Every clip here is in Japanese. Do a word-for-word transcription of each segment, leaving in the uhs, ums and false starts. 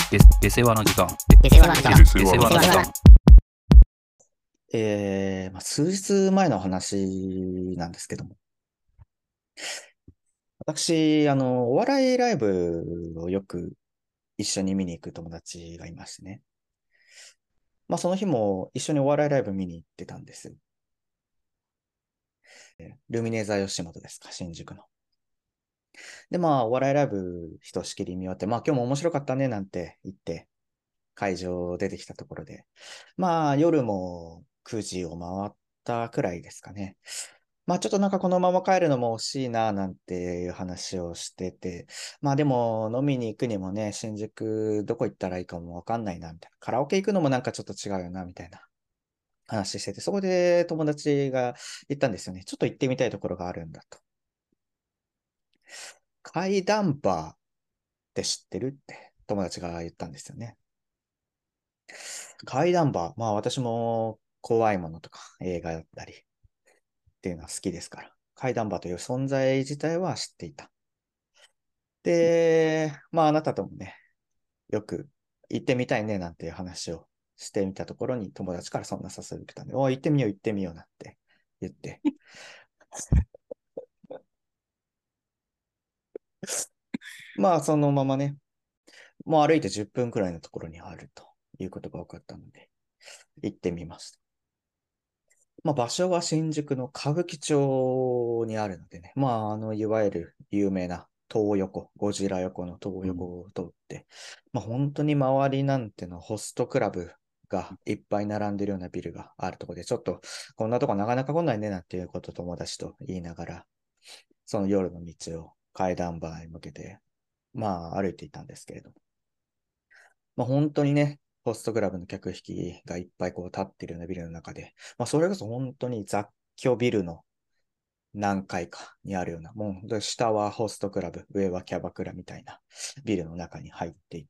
で、で世話の時間。 で世話の時間。 で世話の時間。 えーまあ、数日前の話なんですけども、私、あの、お笑いライブをよく一緒に見に行く友達がいましてね。まあ、その日も一緒にお笑いライブ見に行ってたんですよ。ルミネ座吉本ですか、新宿の。で、まあ、お笑いライブひとしきり見終わって、まあ、今日も面白かったね、なんて言って、会場出てきたところで、まあ、夜もくじを回ったくらいですかね。まあちょっとなんかこのまま帰るのも惜しいななんていう話をしてて、まあでも飲みに行くにもね、新宿どこ行ったらいいかもわかんないなみたいな。カラオケ行くのもなんかちょっと違うよなみたいな話してて、そこで友達が言ったんですよね。ちょっと行ってみたいところがあるんだと。怪談バーって知ってるって友達が言ったんですよね。怪談バー。まあ私も怖いものとか映画だったりっていうのは好きですから。怪談バーという存在自体は知っていた。で、まああなたともね、よく行ってみたいねなんていう話をしてみたところに友達からそんな誘いを受けたんで、おい、行ってみよう行ってみようなんて言って、まあそのままね、もう歩いてじゅっぷんくらいのところにあるということが分かったので、行ってみました。まあ場所は新宿の歌舞伎町にあるのでね、まああの、いわゆる有名な東横、ゴジラ横の東横を通って、まあ本当に周りなんてのホストクラブがいっぱい並んでるようなビルがあるところで、ちょっとこんなとこなかなか来ないねなんていうことを友達と言いながら、その夜の道を階段バーに向けて、まあ歩いていたんですけれども、まあ本当にね、ホストクラブの客引きがいっぱいこう立っているようなビルの中で、まあそれこそ本当に雑居ビルの何階かにあるような、もう下はホストクラブ、上はキャバクラみたいなビルの中に入っていって、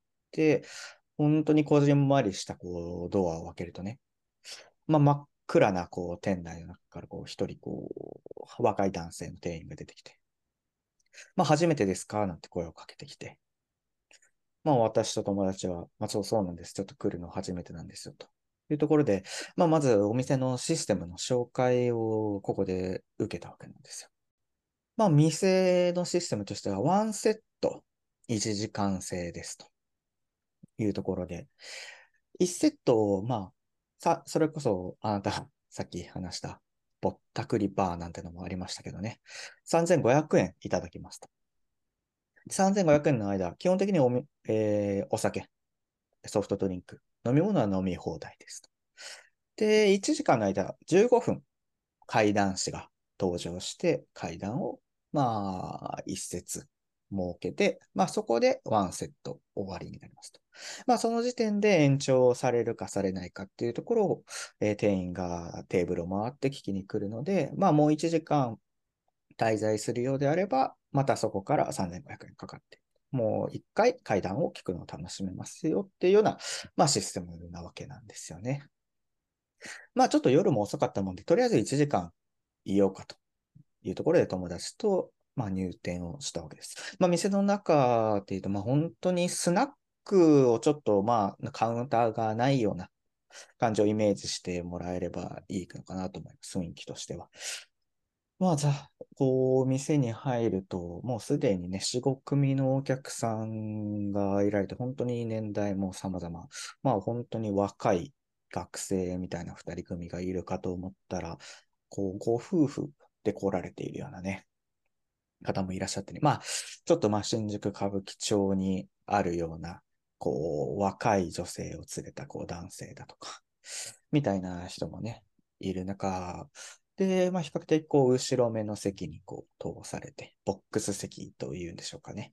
本当にこじんまりしたこうドアを開けるとね、まあ、真っ暗なこう店内の中からこう一人こう若い男性の店員が出てきて、まあ初めてですかなんて声をかけてきて、まあ私と友達は、まあそうそうなんです。ちょっと来るの初めてなんですよと。いうところで、まあまずお店のシステムの紹介をここで受けたわけなんですよ。まあ、店のシステムとしては、ワンセットいちじかん制ですというところで、いちセットを、まあ、さ、それこそ、あなた、さっき話した、ぼったくりバーなんてのもありましたけどね、さんぜんごひゃくえんいただきますと。さんぜんごひゃくえんの間、基本的におみ、えーお酒、ソフトドリンク、飲み物は飲み放題ですと。で、いちじかんの間、じゅうごふん、怪談師が登場して、怪談を、まあ、一節設けて、まあ、そこでワンセット終わりになりますと。まあ、その時点で延長されるかされないかっていうところを、えー店員がテーブルを回って聞きに来るので、まあ、もういちじかん滞在するようであれば、またそこからさんぜんごひゃくえんかかって、もういっかい階段を聞くのを楽しめますよっていうような、まあ、システムなわけなんですよね。まあ、ちょっと夜も遅かったもんで、とりあえずいちじかんいようかというところで友達と、まあ、入店をしたわけです。まあ、店の中っていうと、まあ、本当にスナックをちょっと、まあ、カウンターがないような感じをイメージしてもらえればいいのかなと思います。雰囲気としては。まあ、ざ、こう、店に入ると、もうすでにね、よん、ご組のお客さんがいられて、本当に年代も様々。まあ、本当に若い学生みたいな二人組がいるかと思ったら、こう、ご夫婦で来られているようなね、方もいらっしゃってね。まあ、ちょっとまあ、新宿歌舞伎町にあるような、こう、若い女性を連れたこう男性だとか、みたいな人もね、いる中、で、まあ、比較的こう、後ろ目の席にこう、通されて、ボックス席というんでしょうかね。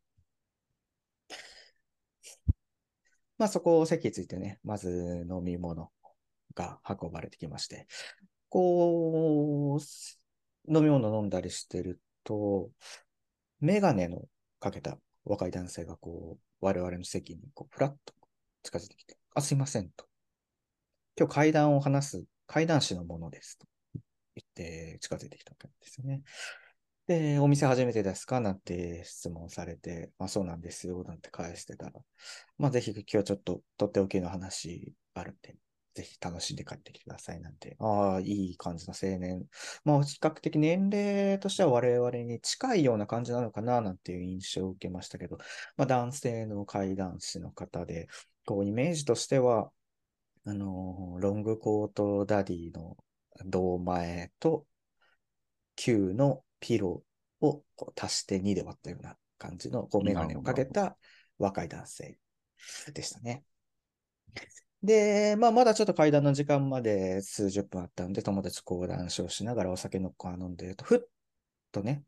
まあ、そこを席ついてね、まず飲み物が運ばれてきまして、こう、飲み物飲んだりしてると、メガネのかけた若い男性がこう、我々の席にこう、ふらっと近づいてきて、あ、すいませんと。今日階段を話す階段師のものですと言って近づいてきたわけですよね。 で、お店初めてですかなんて質問されて、まあそうなんですよ、なんて返してたら、まあぜひ今日ちょっととっておきの話があるんで、ぜひ楽しんで帰ってきてくださいなんて、ああ、いい感じの青年。まあ比較的年齢としては我々に近いような感じなのかななんていう印象を受けましたけど、まあ男性の怪談師の方で、こうイメージとしては、あの、ロングコートダディの胴前と、Q のピローをこう足してにで割ったような感じの、こうメガネをなるほど、なるほど。 かけた若い男性でしたね。で、まあ、まだちょっと階段の時間まで数十分あったんで、友達と講談笑しながらお酒の子を飲んでると、ふっとね、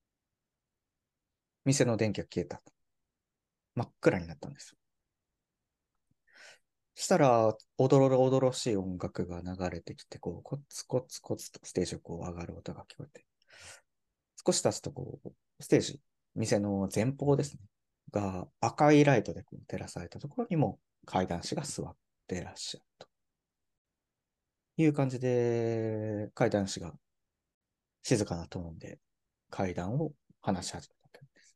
店の電気が消えた。真っ暗になったんです。そしたら、おどろおどろしい音楽が流れてきて、こう、コツコツコツとステージをこう上がる音が聞こえて、少し経つとこう、ステージ、店の前方ですね、が赤いライトでこう照らされたところにも階段師が座ってらっしゃるという感じで、階段師が静かなトーンで階段を話し始めたわけです。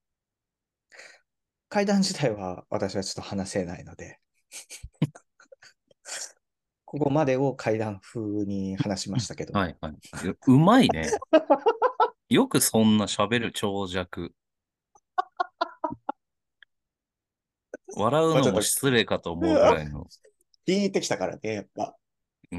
階段自体は私はちょっと話せないので、ここまでを階段風に話しましたけど、 はいはい。ううまいね。よくそんな喋る長尺。笑うのももうちょっと失礼かと思うぐらいの。 聞いてきたからね、やっぱ。 うん。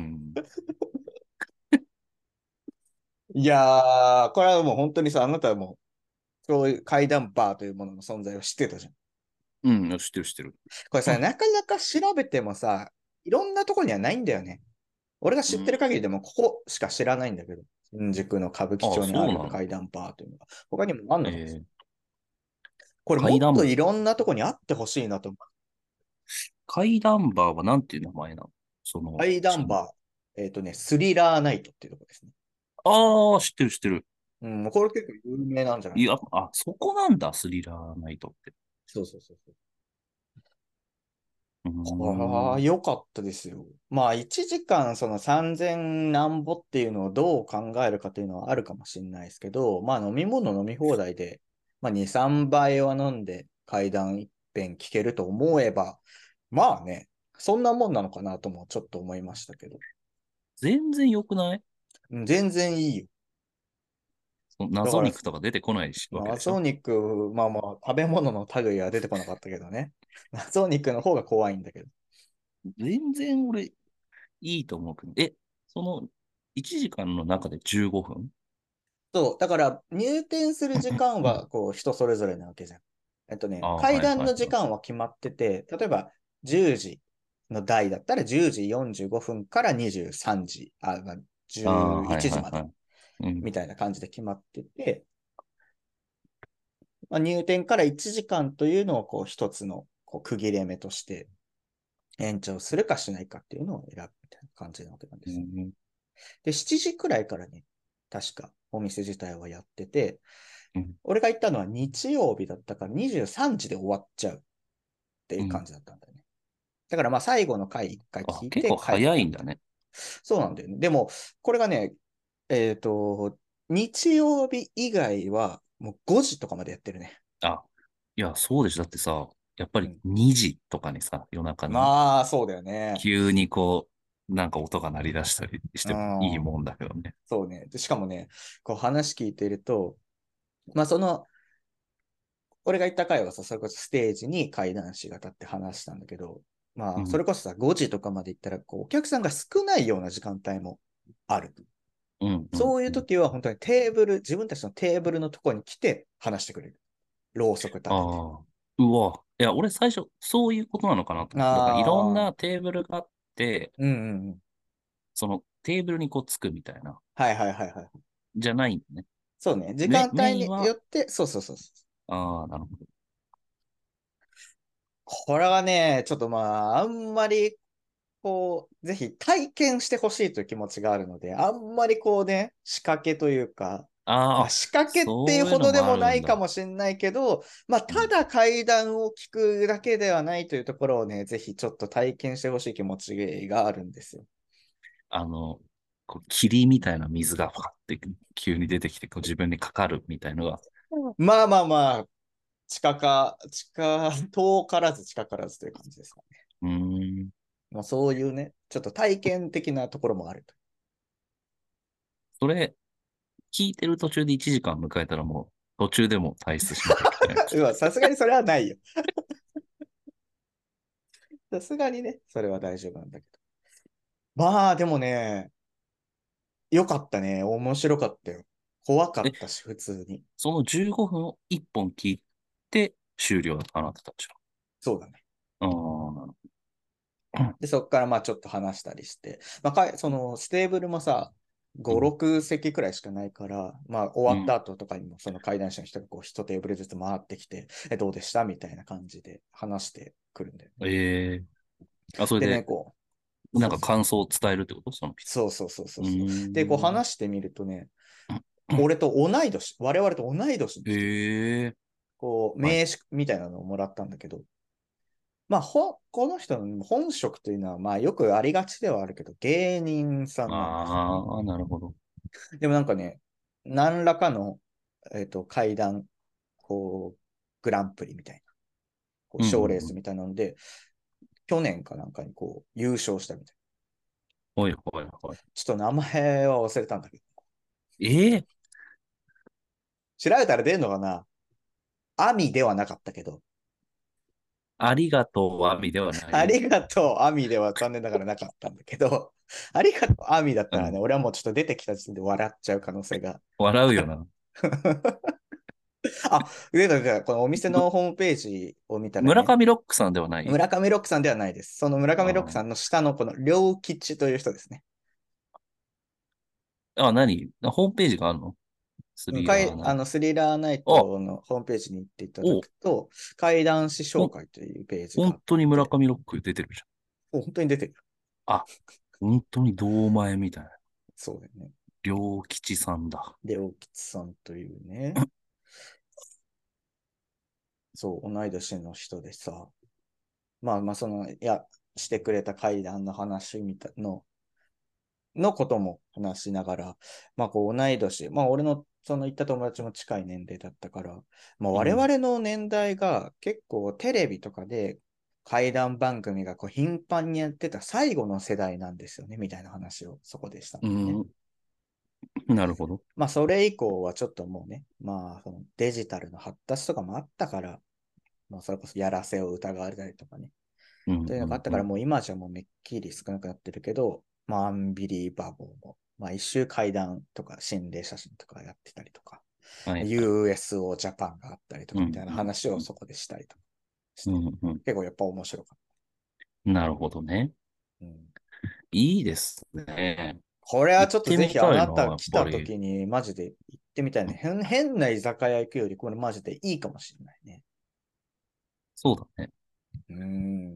いやー、これはもう本当にさ、あなたはもう、そういう階段バーというものの存在を知ってたじゃん。 うん、知ってる知ってる。 これさ、なかなか調べてもさ、いろんなとこにはないんだよね。俺が知ってるうん。 限りでもここしか知らないんだけど、新宿の歌舞伎ああ、 町にあそうなの。 る階段バーというのが。他にもあんのかもしれない。 えー、 これもっと階段、 いろんなとこにあってほしいなと思う。 階段バーはなんていう名前なの？その、 階段バー。えっ、とね、スリラーナイトっていうとこですね。 ああ、知ってる知ってる。 うん、これ結構有名なんじゃないいや、 かな。 あ、そこなんだ、スリラーナイトって。 そうそうそうそう。 うーああ、 ん。 よかったですよ。まあ、いちじかんそのさんぜんなんぼっていうのをどう考えるかというのはあるかもしれないですけど、まあ、飲み物飲み放題で、まあ、に、さんばいは飲んで階段一遍聞けると思えば、まあね、そんなもんなのかなともちょっと思いましたけど、 全然良くない？ うん全然いいよ。 そのだから、 謎肉とか出てこないしわけでしょ？ 謎肉、まあまあ、食べ物の類は出てこなかったけどね。謎肉の方が怖いんだけど。 全然俺いいと思うけど。え、そのいちじかんの中でじゅうごふん？ そう、だから入店する時間はこう人それぞれなわけじゃん。えっとね、 ああ、はい階段の時はいはい。 間は決まってて、例えばじゅうじの台だったらじゅうじよんじゅうごふんからにじゅうさんじ、あ、まあ、 ああ、 11 はい時まではいはい。うん。 みたいな感じで決まってて、まあ、入店からいちじかんというのをこう一つのこう区切れ目として延長するかしないかっていうのを選ぶみたいな感じなわけなんですよ。 うん。 で、しちじくらいからね、確かお店自体はやってて、 うん。 俺が行ったのは日曜日だったからにじゅうさんじで終わっちゃうっていう感うん。 じだったんだよね。だからまあ最後の回一回あ、 聞い結構て帰ったみたいな。 早いんだね。 そうなんだよね。でも、これがね、えっと、日曜日以外はもうごじとかまでやってるね。 あ、いや、そうでしょ。だってさ、やっぱりうん。 にじとかにさ、夜中にまあ、そうだよね。 急にこう、なんか音が鳴り出したりしうてもいいん。 もんだけどね。 そうね。でしかもね、こう話聞いてると、まあその、俺が行った回はさ、それこそステージに階段師が立って話したんだけど、まあ、そうん。 れこそさ、ごじとかまで行ったら、こう、お客さんが少ないような時間帯もある。 うん。うん。 そういううん。 時は本当にテーブル、自分たちのテーブルのところに来て話してくれる。ろうそく立てて。 ああ。うわ。いや、俺最初、そういうことなのかなと思って。だからいろんああ、 なテーブルがあって、 うんうんうん。 そのテーブルにこうつくみたいな、 はいはいはいはい。 じゃないんだね。 そうね。時メ、 間帯によメインは、 って、そうそうそうそう。 ああ、なるほど。 これはね、ちょっとまあ、あんまり、こう、ぜひ体験してほしいという気持ちがあるので、あんまりこうね、仕掛けというか、まあ、 ああ、 仕掛けっていうそういうほどでのもあもないかるんだ。 もしれないけど、まあ、 うん。 ただ階段を聞くだけではないというところをね、ぜひちょっと体験してほしい気持ちがあるんですよ。 あの、 こう霧みたいな水がファって急に出てきて、こう自分にかかるみたいのが、 まあまあまあ、近か、近、遠からず近からずという感じですかね。 うーん、 まあそういうね、ちょっと体験的なところもあると。 それ、聞いてる途中でいちじかん迎えたらもう、途中でも退出しなきゃいけない。 うわ、さすがにそれはないよ。さすがにね、それは大丈夫なんだけど。まあでもね、よかったね。面白かったよ。怖かえ、 ったし、普通に。 そのじゅうごふんをいっぽん聞いて終了だった、あなたたちそうだね。 は。ああ、なるほど。 で、そこからまあちょっと話したりして、まあ、かいそのステーブルもさ、ご、 うん、 ろく席くらいしかないから、まあ終うん。 わった後とかにもその会談者の人がこう一テーブルずつ回ってきて、え、どうでしたみたいな感じで話してくるんだよね。 ええ、あ、それでね、 で、 こう、 なんかそうそう。 感想を伝えるってことその人。 そうそうそうそううーそう。で、こうん。 話してみるとね、俺と同い年、我々と同い年の人、 へえ、 こう、 はい。 名刺みたいなのをもらったんだけど、まあ、ほ、この人の本職というのは、まあ、よくありがちではあるけど、芸人さんなんですよ。 ああ、なるほど。 でもなんかね、何らかの、えっと、階段、こう、グランプリみたいな、こう、 うんうんうん。 賞レースみたいなので、去年かなんかにこう、優勝したみたいな。 ほいほいほい。 ちょっと名前は忘れたんだけど。 ええ、 調べたら出るのかな。アミではなかったけど、 ありがとうはみではなあい。 りがとう、アミでは残念ながらなかったんだけど、ありがとう、アミだったらね、 うん。 俺はもうちょっと出てきた時点で笑っちゃう可能性が。 笑うよな。 あ、上田がこのお店む、 のホームページを見たら村ね、 上ロックさんではない？ 村上ロックさんではないです。その村上ロックさんあの下のこの良吉という人ですね。 あ。あ、何ホームページがあるの？スうんリかいあのラーナイト。 スリラーナイあ、 トのホームページに行っていただお、 くと、怪談師紹ほん、 介というページがあっ本当に村て、 上ロック出てるじお本当に出てる。 ゃん。あ、本当に堂前みたいな。 そうだよね。 良吉さんだ。 良吉さんというね、そう、同い年の人でさ、まあまあ、その、いや、してくれた怪談の話みたいの、のことも話しながら、まあこう同い年、まあ俺のその行った友達も近い年齢だったから、まあ我うん。 々の年代が結構テレビとかで怪談番組がこう頻繁にやってた最後の世代なんですよね、みたいな話をそこでしたんだよね。 うん。なるほど。 まあそれ以降はちょっともうね、まあそのデジタルの発達とかもあったから、まあそれこそやらせを疑われたりとかね、 うん、 というのうん、うん。 があったから、もう今じゃもうめっきり少なくなってるけど、まあ、アンビリーバボーも、まあ、一周階段とか心霊写真とかやってたりとか、 はい。 ユーエスオー ジャパンがあったりとうん、 かみたいな話をそこでしたりとかして、 うん、うん。 結構やっぱ面白かっなるほどね。 た。うん、 いいですね。 これは行っちょっとぜひあてみたいな、 なたやっ来たぱり。 時にマジで行ってみたいね。変変な居酒屋行くよりこれマジでいいかもしれないね。 そうだね。 うん。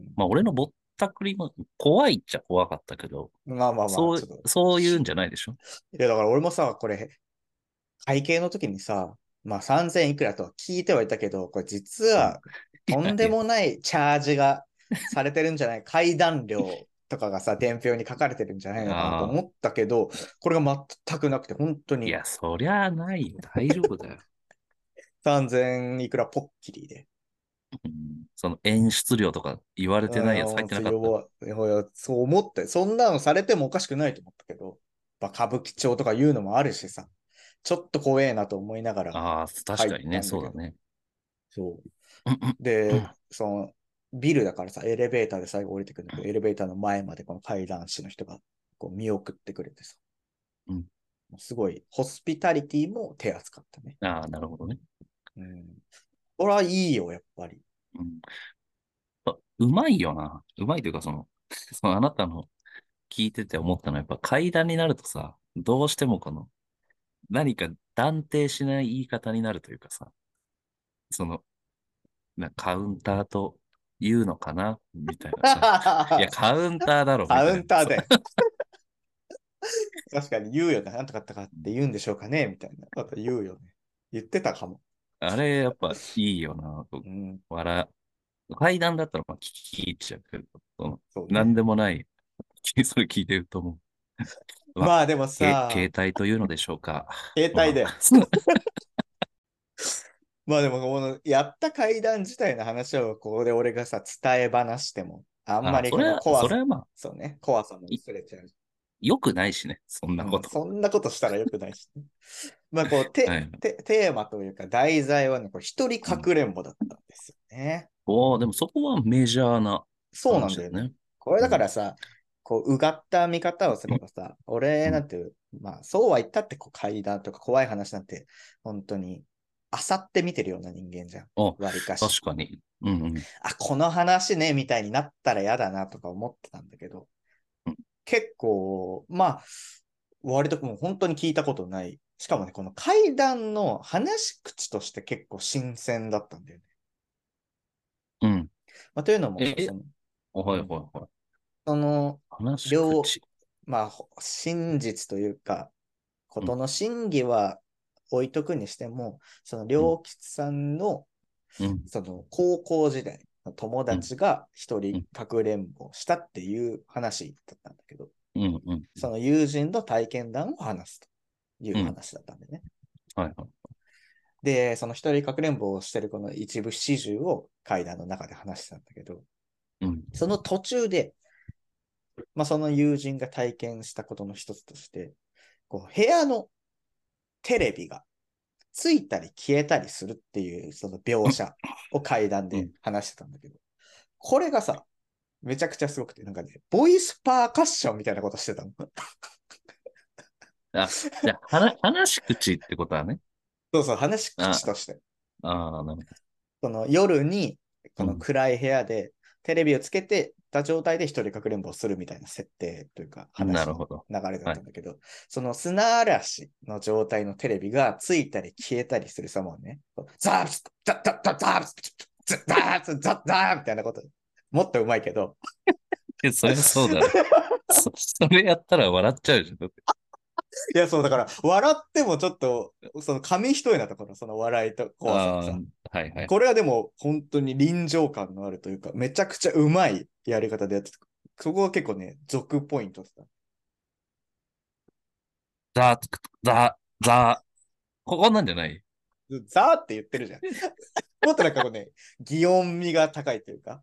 まあ、俺のぼったくりも怖いっちゃ怖かったけど、 まあまあまあ、 そう、 ちょっと。 そういうんじゃないでしょ？ いやだから俺もさ、これ会計の時にさ、まあさんぜんいくらとは聞いてはいたけど、これ実うん。 はいとんでやいや、 もないチャージがされてるんじゃない階段料とかがさ、伝票に書かれてるんじゃないのかなとああ、 思ったけど、これが全くなくて、本当にいや、そりゃないよ。大丈夫だよ。 さんぜんいくらポッキリで。 うん、その演出料とか言われてないやつ入うん、 ってなかった？ 弱いやそう思って、そんなのされてもおかしくないと思ったけど、まあ、歌舞伎町とか言うのもあるしさ、ちょっと怖えなと思いながらああ、確入っかにね、 たんだけど、 そうだね。 そう。 うんうんうで、 んその、ビルだからさ、エレベーターで最後降りてくるんだけど、エレベーターの前までこの階段師の人がこう見送ってくれてさ、 うん。 すごい、ホスピタリティも手厚かったね。 ああ、なるほどね。 うん。これはいいよ、やっぱり。 うん、あ、うまいよな。うまいというか、その、そのあなたの聞いてて思ったのは、やっぱ階段になるとさ、どうしてもこの、何か断定しない言い方になるというかさ、その、なカウンターと言うのかなみたいなさ。いや、カウンターだろみカウたいなさ。 ンターで。確かに言うよね。なんとかあったかって言うんでしょうかねみたいなこと言うよね。言ってたかも。 あれ、やっぱいいよな。こううん。 笑階段だったらまあ聞き入っちゃうけど、その、なんそうね。 でもない、それ聞いてると思う。 まあ、 まあでもけ、 さ、 携帯というのでしょうか。 携帯まあ、 だよ。まあでも、このやった階段自体の話をここで俺がさ、伝え話しても、あんまあ、 りこそれは、 の怖さ、 それはまあ、 そうね、怖さもい薄れちゃう。 良くないしね。そんなうん、 こと。 そんなことしたらよくないしね。まあこう、て、 はい。 て、テーマというか題材はね、これ一人うん。 かくれんぼだったんですよね。 おー、でもそこはメジャーなそうなんだよね。 話だね。 これうん。 だからさ、こう、うがった見方をすればさ、俺うん。 なんて、まあ、そうは言ったってこう怪談とか怖い話なんて、本当に、あさって見てるような人間じゃん。 お、 割かし。 確かに。うんうん。 あ、この話ね、みたいになったら嫌だなとか思ってたんだけど、 うん。 結構、まあ、割ともう本当に聞いたことない。しかもね、この怪談の話し口として結構新鮮だったんだよね。 うん。 まあ、というのもさ、 え、 その、 おはいうん、 はいはい。 その、 話し両、 口。 まあ、ほ真実というか、こうん。 との真偽は置いとくにしても、そのうん。 良吉さんの、 うん。 その高校時代の友うん。 達が一人うん。 かくれんぼしたっていう話だったんだけど、 うん。うん。 その友人の体験談を話すというん。 う話だったんでね。 はいはい。 で、その一人かくれんぼをしてるこの一部始終を階段の中で話してたんだけど、 うん。 その途中で、まあ、その友人が体験したことの一つとして、こう部屋のテレビがついたり消えたりするっていうその描写を階段うん。 で話してたんだけど、これがさ、めちゃくちゃすごくて、なんかね、ボイスパーカッションみたいなことしてたの。 あ、じゃあ、話、話し口ってことはね。 そうそう、話し口あ、 として。 ああ、なるほその夜に、こど。うのん。 暗い部屋でテレビをつけてた状態で一人かくれんぼをするみたいな設定というか話のなるほど。 流れだっはい。 たんだけど、その砂嵐の状態のテレビがついたり消えたりする様をね、ザーッザッザッザッザッザッザッザッザッみたいなこと、もっとうまいけど、 え、そりゃそうだろ。そ、それやったら笑っちゃうじゃん。だって。 いや、そう、だから、笑ってもちょっと、その紙一重なところ、その笑いと怖さがああ、 さ、 はいはい。 これはでも本当に臨場感のあるというか、めちゃくちゃうまいやり方でやってた。そこは結構ね、続ポイントだった。 ザ、ザ、ザ、ここなんじゃない？ ザーって言ってるじゃん。もっとなんかこうね、擬音味が高いというか、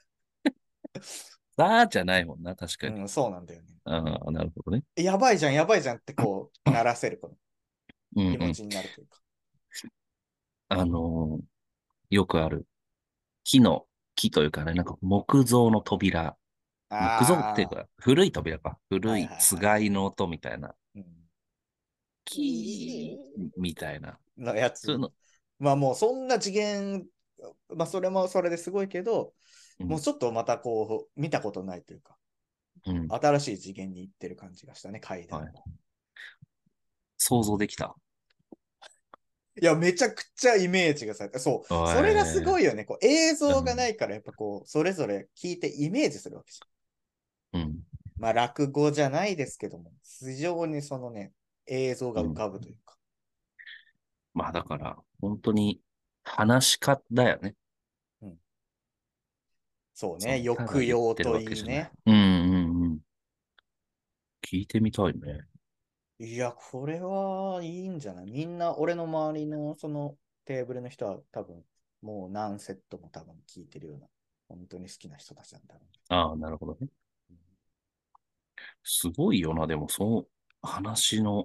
ザじゃないもんな、確かに。 うん、そうなんだよね。 ああ、なるほどね。 やばいじゃん、やばいじゃんってこう、鳴らせるこのうんうん。 気持ちになるというか。 あのーよくある木の、木というかね、なんか木造の扉。木造っていうあか、古い扉か。 あ、 古いはいはいつがいはいはい。 の音みたいな。 うん、 木みたいな。 のやつ。 そういうの。 まあもうそんな次元、まあそれもそれですごいけど、 うん。 もうちょっとまたこう、見たことないというか、 うん。 新しい次元に行ってる感じがしたね、階段はい。 も。 想像できた。 いや、めちゃくちゃイメージがされた。そう。 おそれがすごい。 いよね。こう映像がなうん。 いから、やっぱこう、それぞれ聞いてイメージするわけじうん。 ゃん。まあ、落語じゃないですけども、非常にそのね、映像が浮うん。 かぶというか。 まあだから、本当に話し方だよね。 うん。そうね。 その、ただ抑揚と言ってるわけじゃない。 いいね。 うんうんうん。聞いてみたいね。 いや、これはいいんじゃない？みんな、俺の周りのそのテーブルの人は多分、もう何セットも多分聞いてるような、本当に好きな人たちなんだろああ、なるほどね。 うね。 すごいよな、でも、その話の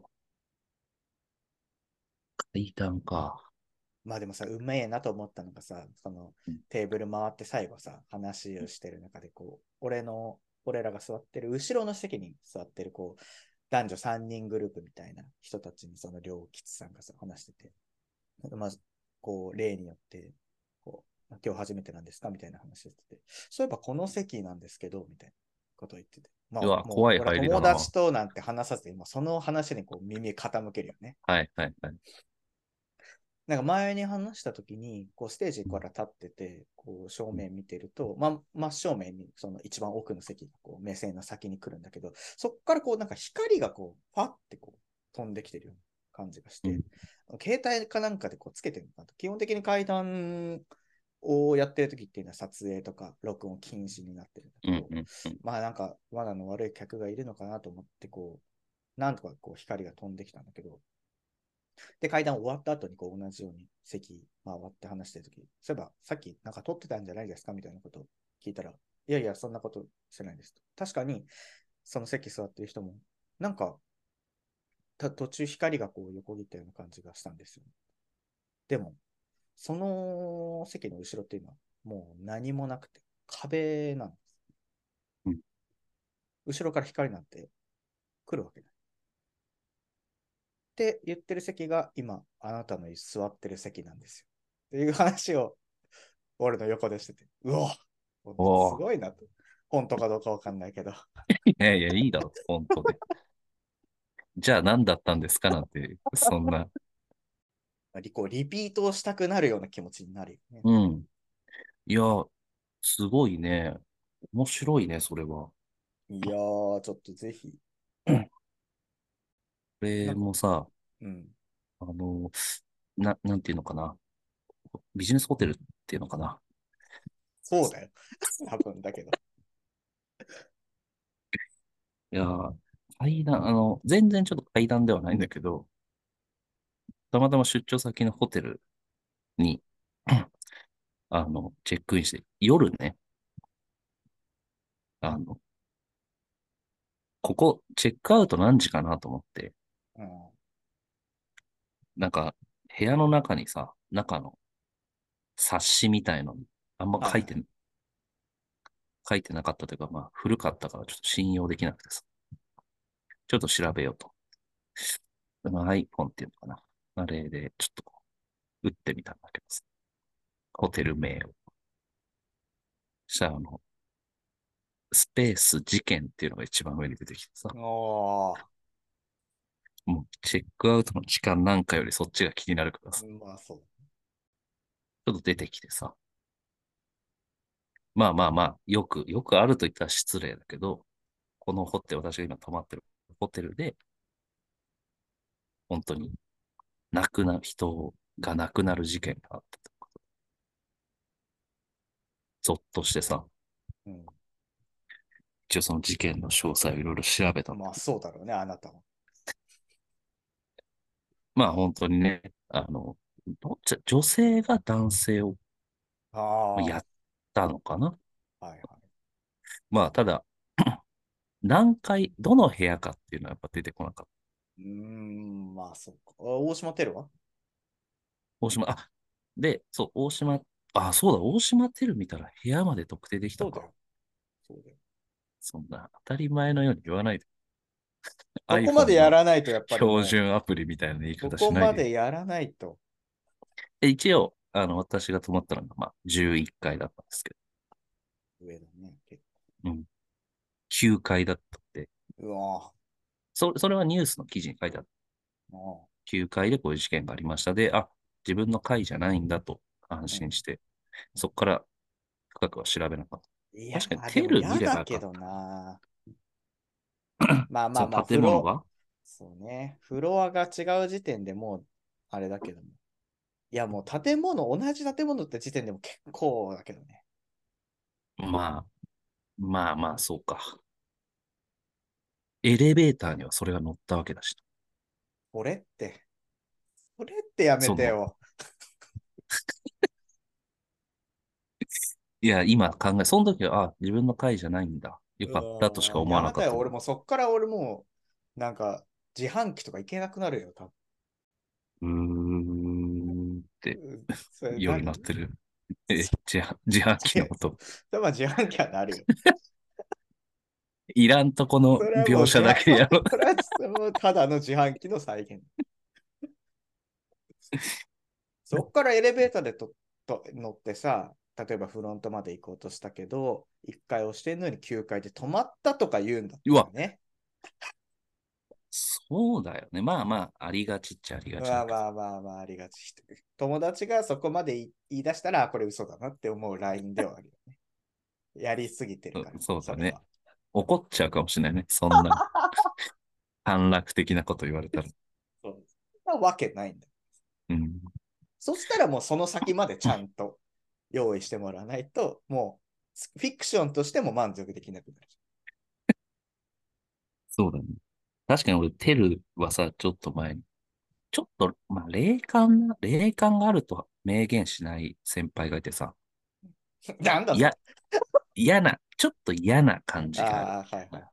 階段か。 まあでもさ、うめえなと思ったのがさ、そのうん。 テーブル回って最後さ、話をしてる中でこう、俺の、俺らが座ってる後ろの席に座ってるこう、男女さんにんグループみたいな人たちにその両吉さんがさ、話してて、まず、こう、例によって、こう、今日初めてなんですかみたいな話をしてて、そういえばこの席なんですけど、みたいなことを言ってて、まあうわ、 もう、 怖い俺は入りだな。は友達となんて話さずに、もうその話にこう耳傾けるよね。 い、はい、はい。 なんか前に話した時に、こうステージうん、 から立ってて、こう正面見てると、まあ、真正面にその一番奥の席がこう目線の先に来るんだけど、そこからこうなんか光がこう、パッてこう飛んできてるような感じがしうん、 て、携帯かなんかでこうつけてるのかなと。基本的に階段をやってる時っていうのは撮影とか録音禁止になってるんだうん、 けど、 うん。うん。 まあなんか罠の悪い客がいるのかなと思ってこう、 なんとかこう光が飛んできたんだけど、で、階段終わった後にこう同じように席回って話してるとき、そういえばさっきなんか撮ってたんじゃないですかみたいなことを聞いたら、いやいや、そんなことしてないですと。確かに、その席座ってる人も、なんか、途中光がこう横切ったような感じがしたんですよ。でも、その席の後ろっていうのは、もう何もなくて、壁なんです。 うん。 後ろから光なんて来るわけない。って言ってる席が今、あなたの座ってる席なんですよ。っていう話を俺の横でしてて、うわ、すおー。 ごいなと。本当かどうかわかんないけど。 いやいや、いいだろ、本当で。じゃあ何だったんですかなんて、そんな。 こうリピートをしたくなるような気持ちになるよね。 うん。いや、すごいね。面白いね、それは。 いやー、ちょっとぜひ。 これなんか、 もさ、 うん。 あの、な、なんていうのかな。ビジネスホテルっていうのかな。 そうだよ。多分だけど。 いやー、階段、あの、全然ちょっと階段ではないんだけど、たまたま出張先のホテルに、あの、チェックインして、夜ね、あの、ここ、チェックアウト何時かなと思って、 うん。 なんか、部屋の中にさ、中の冊子みたいのに、あんま書いて、 はいはい。 書いてなかったというか、まあ、古かったからちょっと信用できなくてさ、ちょっと調べようと。まあ、iPhone っていうのかな。あれで、ちょっとこう打ってみたんだけどさ、ホテル名を。そしたら、あの、スペース事件っていうのが一番上に出てきてさ、 おー。 もうチェックアウトの時間なんかよりそっちが気になるからさ、 まあそう。 ちょっと出てきてさ、まあまあまあ、よく、よくあると言ったら失礼だけど、このホテル、私が今泊まってるホテルで、本当に亡くなる人が亡くなる事件があったと。ゾッとしてさ、 うん。 一応その事件の詳細をいろいろ調べたんだまあけど、 そうだろうね、あなたは。 まあ本当にね、あの、どっち、女性が男性をああ。はやったのかな。 いはい。 まあただ、何階、どの部屋かっていうのはやっぱ出てこなかった。 うーん、まあそうか。あ大島テルは大島、あ、で、そう、大島、あ、そうだ、大島テル見たら部屋まで特定できたか。 そうだよ。そうだよ。 そんな当たり前のように言わないで。 そこまで iPhone のやらないと、やっぱりも標準アプリみたいな言いう、そ方こましないで。 でやらないと。 で一応、あの、私が泊まったのが、まあ、じゅういっかいだったんですけ上だね、結ど、うん、きゅうかいだったって、 構。うわそれ、それはニュースの記事に書いてあった。 ぁ。あきゅうかいでこういう事件がありましたで、あ、自分の階じゃないんだと安あうん心して、そこから深くは調べなかった。 いや確かにー、でもテル見嫌だければよかった。 どな。まあまそのあまあ、風呂、 建物が。 そうね。フロアが違う時点でもう、あれだけども。いや、もう建物、同じ建物って時点でも結構だけどね。 まあ、まあまあ、そうか。エレベーターにはそれが乗ったわけだし。 これって、これってやめその、 てよ。 いや、今考え、その時は、あ、自分の回じゃないんだ。ようかったとしかーん、 思わなやだよ。 かったんだ。 俺もそっから俺もう、なんか、自販機とか行けなくなるよ、多うーんって分。それようにな何ってる。え、自販、自販機のこと。 まあ自販機はなるよ。 いらんとこのそれはもう描写自販、まあ、 だけやろ。 それはもうただの自販機の再現。そっからエレベーターでとと乗ってさ、例えばフロントまで行こうとしたけど、いっかい押してんのにきゅうかいで止まったとか言うんだっうわ、 たらね。 そうだよね。まあまあ、ありがちっちゃありがちまあだけど。 まあまあまあ、ありがち。友達がそこまで言い出したら、あこれ嘘だなって思うラインではあるよね。やりすぎてるうから、 そうだね。 それは。 怒っちゃうかもしれないね。そんな短絡的なこと言われたら。 そうなわけないんだ。 うん。 そしたらもうその先までちゃんと用意してもらわないと、もうフィクションとしても満足できなくなる。 そうだね。 確かに俺、テルはさ、ちょっと前に、ちょっと、まあ、霊感な、霊感があるとは明言しない先輩がいてさ、 なんだそれ。 いや、嫌な、ちょっと嫌な感じがある。 ああ、はいはいはい。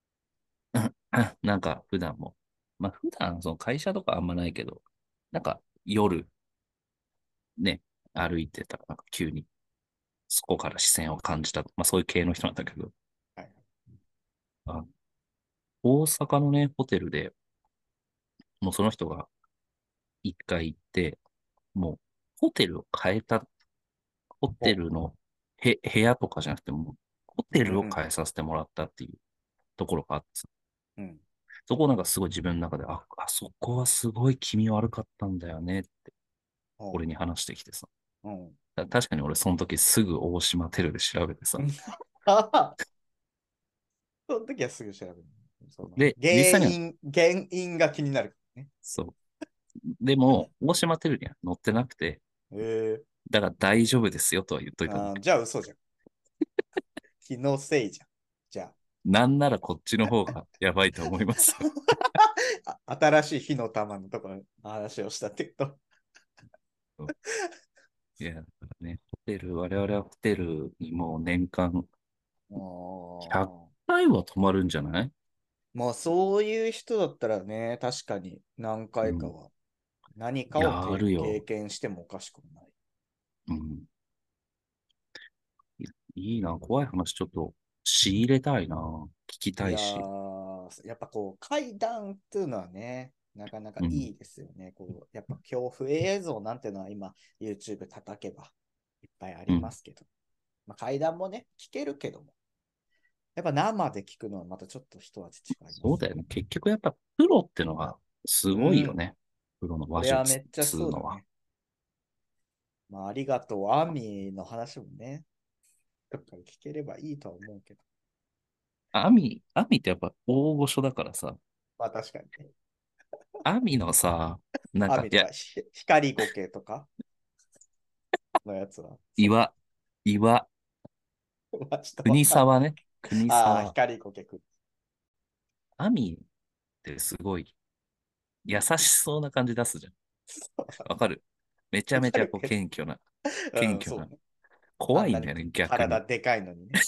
なんか、普段も。まあ、普段、その会社とかあんまないけど、なんか、夜、ね、歩いてたら、なんか急に、そこから視線を感じた。まあ、そういう系の人なんだけど、 はい。 あ、大阪のね、ホテルで、もうその人が一回行って、もう、ホテルを変えた、ホテお、 ルのへ部屋とかじゃなくても、ホテルをうんうん。 変えさせてもらったっていうところがあってさ、 うん。 そこをなんかすごい自分の中で、あ、あそこはすごい気味悪かったんだよねってお、 俺に話してきてさ。 うん。 だ確かに俺その時すぐ大島テルで調べてさ。 ああ、その時はすぐ調べる。そので、 原実際には、 因、原因が気になるね。 そう。でも、大島テルには載ってなくて、 ええ、 だから大丈夫ですよとは言っといたんだけど。 あー、じゃあ嘘じゃん。気のせいじゃん。じゃなんならこっちの方がやばいと思いますよ。 あ。あ、新しい火の玉のところの話をしたって言うと。 そういや、だからね、ホテル、我々はホテルにもう年間ひゃっああ。 かいは泊まるんじゃない？ まあそういう人だったらね、確かに何うん。 回かは何かをや経るよ。 経験してもおかしくもない。 うん。いいいな、怖い話ちょっと仕入れたいな。聞きいやたいし。 ー、やっぱこう階段っていうのはね、なかなかうん。 いいですよね。こうやっぱ恐怖映像なんてのは今 YouTube 叩けばいっぱいあうん。 りますけど、まあ、階段もね、聞けるけども、やっぱ生で聞くのはまたちょっと一味違いますよ。 そうだよね。結局やっぱプロってのがすうん。 ごいよね。プロのこれは話術っめっちゃつうのは。 そうだね。まあ、ありがとう、アミの話もね、どっかで聞ければいいとは思うけど。 アミ、アミってやっぱ大御所だからさ、 まあ確かにね。 アミのさ、なんか、 アミとか、 いや、 ひ光ゴケとかのやつは、そ岩、岩、 う。まあちょっとわかんない。 国沢ね。国ああ、 沢。 光ゴケくん。 アミってすごい優しそうな感じ出すじゃん。わかる？めちゃわめちゃこうかるけど。 謙虚な、謙うん、 虚な。 そうね。あんなに怖いんだよね、逆に。 体でかいのにね。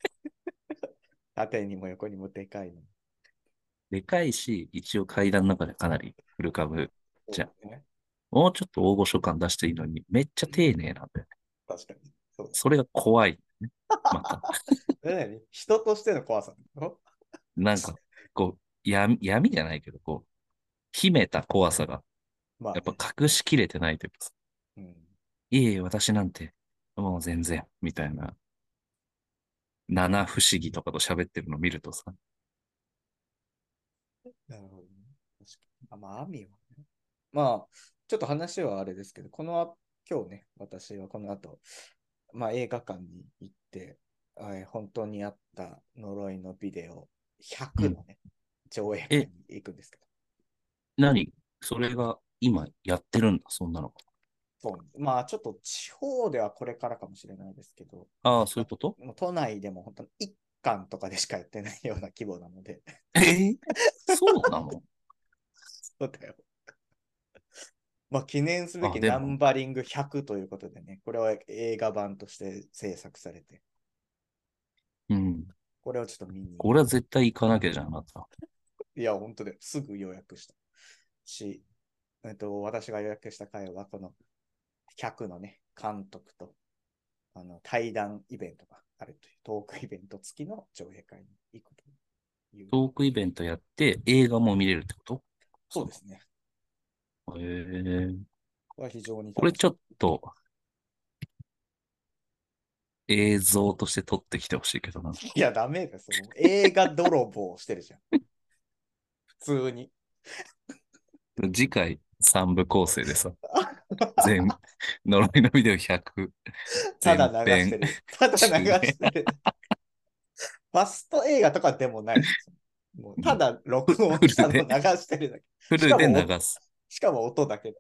縦にも横にもでかいのに。 でかいし、一応階段の中でかなり古株じゃん。 そうね。 もうちょっと大御所感出していいのに、めっちゃ丁寧なんだよね。 確かに。そうだ。 それが怖い。また。 それ何人としての怖さなの？ なんか、こう、闇、闇じゃないけど、こう、秘めた怖さが、やっぱまあね。 隠しきれてないというかさ、 うん。 いえいえ、私なんて、もう全然、みたいな、七不思議とかと喋ってるのを見るとさ、 なるほどね。確かに。あ、まあ、アミはね。まあ、ちょっと話はあれですけど、このあ、今日ね、私はこの後、まあ、映画館に行って、えー本当にあった呪いのビデオひゃくうん。 のね、上映会え、 に行くんですけど、 何それが今やってるんだ、そんなの。 そう、まあ、ちょっと地方ではこれからかもしれないですけど、 ああ、そうまいうこと？ あ、もう都内でも本当にいっかんとかでしかやってないような規模なので、 えーそうなの？ そうだよ。まあ、記念すべあ、 きナでも、 ンバリングひゃくということでね、これは映画版として制作されて、 うん。 これをちょっと見に行これはこ絶対行かなきゃじゃん、あなた。 う。いや、本当ですぐ予約したし、えっと、私が予約した回は、このひゃくのね、監督とあの対談イベントがあるという、トークイベント付きの上映会に行くという。 トークイベントやって映画も見れるってこと？そそうですね。 う。へえ。 これは非常に楽しみ。 これちょっと映像として撮ってきてほしいけどな。 いや、ダメです。もう映画泥棒してるじゃん。普通に。 次回三部構成でさ、全、呪いのビデオひゃく、 ただ前編、 流してる。ただ流中編、 してる。ファスト映画とかでもないです。もうたもうだフ録音したのを流フルで、 してるだけ。 フルでしかもお、 流す。 しかも音だけ。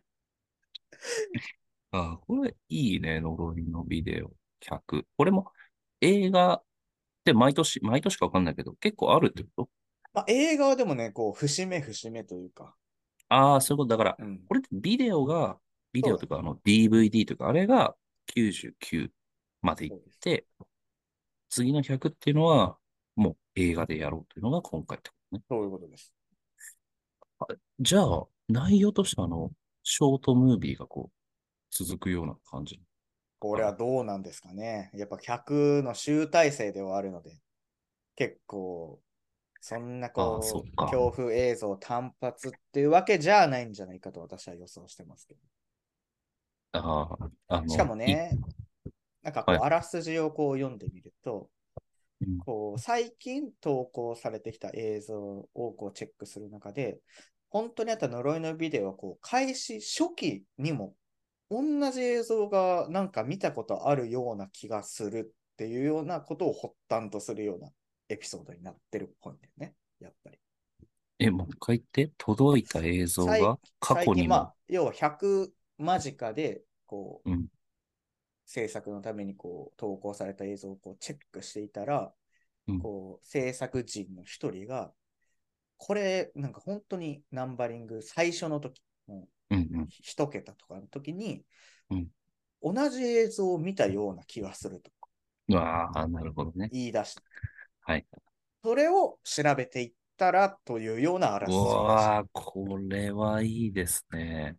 ああ、これいいね、呪いのビデオひゃく。これも映画って毎年、毎年かわかんないけど、結構あるってこと？ まあ、映画はでもね、こう、節目節目というか、 ああ、そういうこと。だから、 うん。 これってビデオが、ビデそうだね。 オとかあの ディーブイディー とか、あれがきゅうじゅうきゅうまでいっそうです。 て、次のひゃくっていうのは、もう映画でやろうというのが今回ってことね。 そういうことです。 あじゃあ、内容としてはあの、ショートムービーがこう、続くような感じかな。 これはどうなんですかね。やっぱひゃくの集大成ではあるので、結構、そんなああ、そこう、 っか。 恐怖映像単発っていうわけじゃないんじゃないかと私は予想してますけど。 ああ、あしかの、い、 もね、なんかこう、 はい。 あらすじをこう読んでみると、 うん、 こう、最近投稿されてきた映像をこうチェックする中で、本当にあった呪いのビデオはこう、開始初期にも同じ映像がなんか見たことあるような気がするっていうようなことを発端とするようなエピソードになってるっぽいんだよね。やっぱり。 え、もう一回言って、届いた映像最が過最近、 去にも、 まあ、要はひゃく間近で、こう、 うん、 制作のためにこう投稿された映像をこうチェックしていたら、 うん、 こう制作陣の一人が、これなんか本当にナンバリング最初の時、もううん、うん、 一桁とかの時に、 うん。 同じ映像を見たような気がするとうわあ、なるほどね。 言い出した。 はい。 それを調べていったらというようなあらうすじでした。 わあ、これはいいですね。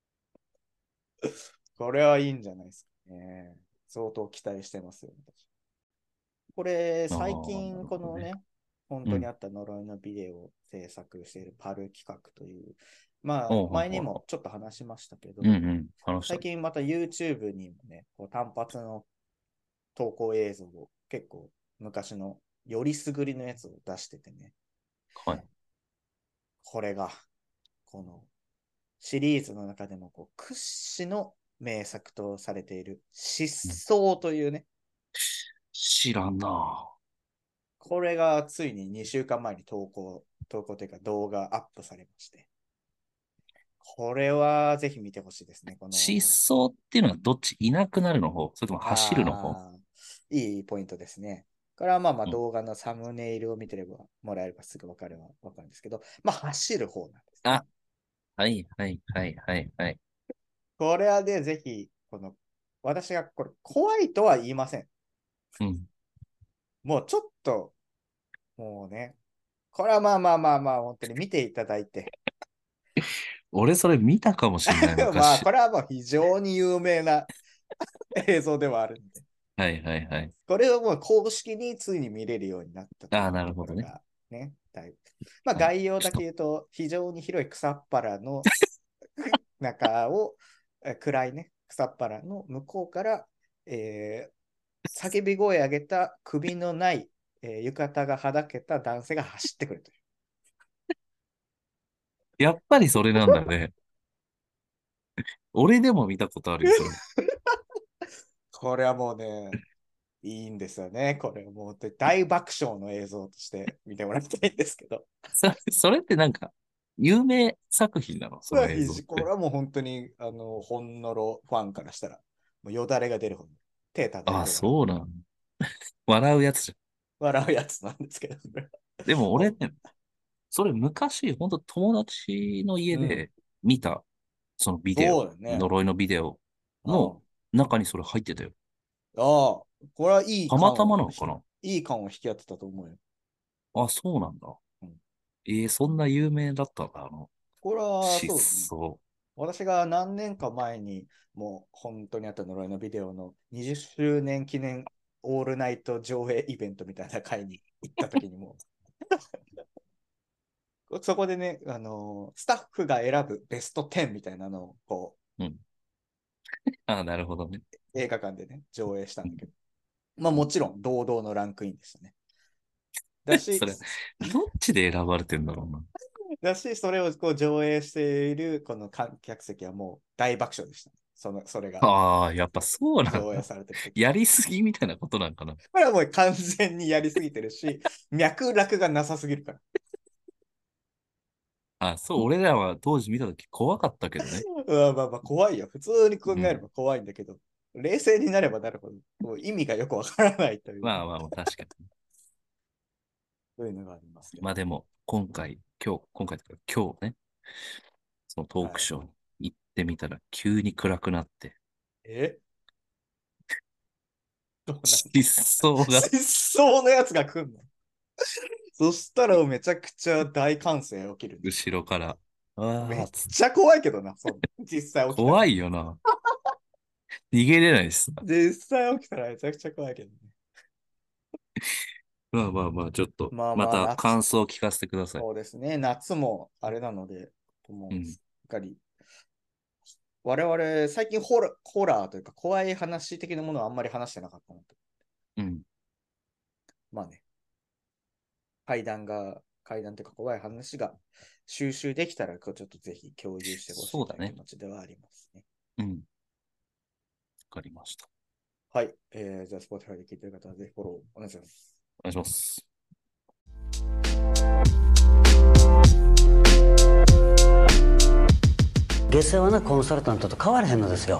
これはいいんじゃないですかね。相当期待してますよ、私。これ、 ああ、 最な近、 るほどね。 このね、本うん。 当にあった呪いのビデオを制作しているパル企画という、まあ、 おうほう前にほうほもちょっと話しましたけう。うんうど、 ん。話した。 最近また YouTube にもね、こう単発の投稿映像を結構昔のよりすぐりのやつを出しててね、 はい。 これが、このシリーズの中でもこう屈指の名作とされているうん、 失踪というね、 知らんな。 これがついににしゅうかんまえに投稿、投稿というか動画アップされまして、これはぜひ見てほしいですね。こ失の、 踪っていうのはどっちいなくなるの方それとも走るの方？ ああ、いいポイントですね。これはまあまあうん。 動画のサムネイルを見てればもらえればすぐわかるはわかるんですけど、まあ走る方なんですね。 あ、はいはいはいはいはい。 これはね、ぜひ、この、私がこれ怖いとは言いません。 うん。 もうちょっと、もうね、これはまあまあまあまあ、本当に見ていただいて、 俺それ見たかもしんない、 まあ、 昔。 これはもう非常に有名な映像ではあるんで、 はいはいはい。 これをもう公式についに見れるようになったとああ、 いうなるほどね。 ところがね、だいぶ。まあ、 はい。 概要だちょっと、 け言うと、非常に広い草っ腹の中を、え暗いね、草っ腹の向こうから、えー叫び声上げた首のない、えー浴衣がはだけた男性が走ってくるという。 やっぱりそれなんだね。俺でも見たことあるよ、それ。 これはもうね、いいんですよね。これはもう大爆笑の映像として見てもらいたいんですけど。 それ、それってなんか、有名作品なのその映像って？ これはもう本当に、あの、ほんのろファンからしたら、もうよだれが出るほど、手叩いああ、 て笑う。 そうなんだ。笑うやつじゃん。 笑うやつなんですけど、 でも俺もね、それ昔、本当友達のう、うん、 家で見た、そのビデオ、 そうだね。 呪いのビデオのうん。 中にそれ入ってたよ。 ああ、これはいいたまた感をひ、 まなのかな？ いい感を引き当てたと思うよ。 あ、そうなんだ。 うん、 ええそんな有名だったんだ、あの、 これはそうですね。 失踪。 私が何年か前に、もう本当にあった呪いのビデオのにじゅっしゅうねん記念オールナイト上映イベントみたいな会に行った時にも、そこでね、あのースタッフが選ぶベストじゅうみたいなのをこうん。あ、なるほどね。 う映画館でね、上映したうん。 んだけど、まあもちろん堂々のランクインでしたね。だし、 それ、どっちで選ばれてんだろうな。 だし、それをこう上映しているこの観客席はもう大爆笑でしたね。その、それがああ、やっぱそうなん上映だ。 されてる時。 やりすぎみたいなことなんかな。 これはもう完全にやりすぎてるし、脈絡がなさすぎるから。 あ、そう、俺らは当時見たとき怖かったけどね。 うわまあまあ怖いよ。普通に考うん。 えれば怖いんだけど、冷静になればなるほど、もう意味がよくわからないというね、 まあまあまあ、確かに。 そういうのがありますけど。 まあでも、 今回、今日、今回というか今日ね、そのトーはい。 クショーに行ってみたら急に暗くなって、 えどうなんだ。 失踪が失踪のやつが来んの？そしたらめちゃくちゃ大歓声起きるね。 後ろから、あめっあ、つちゃ怖いけどな、そん実際起きたら。 怖いよな。逃げれないです。 実際起きたらめちゃくちゃ怖いけどね。 まあまあまあ、ちょっと、 まあまあ、 また夏、 感想を聞かせてください。 そうですね。夏もあれなので、もう、 うん、 すっかり。我々、最近ホラ、ホラーというか、怖い話的なものはあんまり話してなかったなと。 うん。 まあね、怪談が、怪談というか怖い話が収集できたら、こうちょっとぜひ共有してほしいという気そうだね。 持ちではありますね。 うん。わかりました。 はい。えー、じゃあ、Spotify で聞いてる方はぜひフォローお願いします。 お願いします。 下世話なコンサルタントと変わらへんのですよ。